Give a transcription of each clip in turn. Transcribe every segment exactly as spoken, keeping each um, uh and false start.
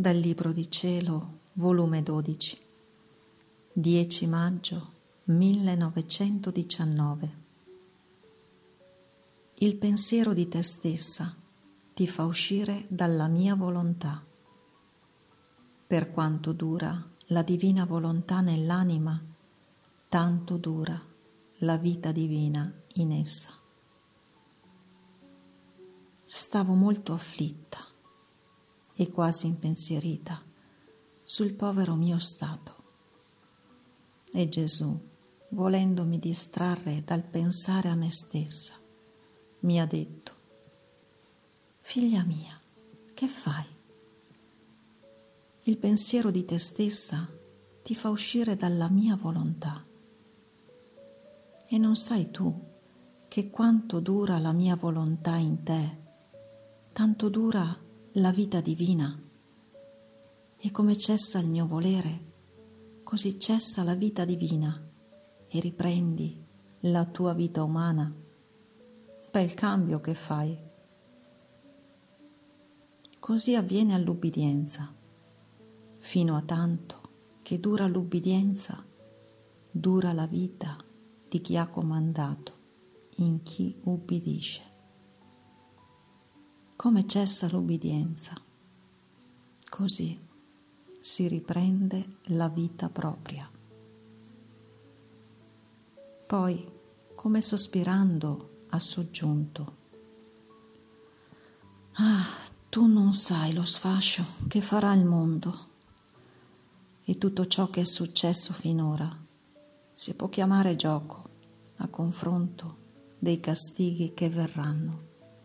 Dal Libro di Cielo, volume dodici, dieci maggio millenovecentodiciannove. Il pensiero di te stessa ti fa uscire dalla mia volontà. Per quanto dura la divina volontà nell'anima, tanto dura la vita divina in essa. Stavo molto afflitta e quasi impensierita sul povero mio stato. E Gesù, volendomi distrarre dal pensare a me stessa, mi ha detto: figlia mia, che fai? Il pensiero di te stessa ti fa uscire dalla mia volontà. E non sai tu che quanto dura la mia volontà in te, tanto dura la vita divina, e come cessa il mio volere, così cessa la vita divina e riprendi la tua vita umana. Bel cambio che fai. Così avviene all'ubbidienza, fino a tanto che dura l'ubbidienza, dura la vita di chi ha comandato in chi ubbidisce. Come cessa l'ubbidienza, così si riprende la vita propria. Poi, come sospirando, ha soggiunto: ah, tu non sai lo sfascio che farà il mondo, e tutto ciò che è successo finora si può chiamare gioco a confronto dei castighi che verranno.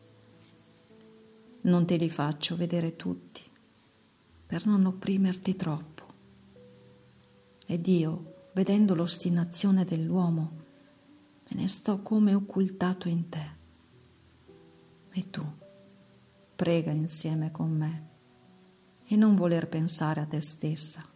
Non te li faccio vedere tutti per non opprimerti troppo. Ed io, vedendo l'ostinazione dell'uomo, me ne sto come occultato in te. E tu, prega insieme con me e non voler pensare a te stessa,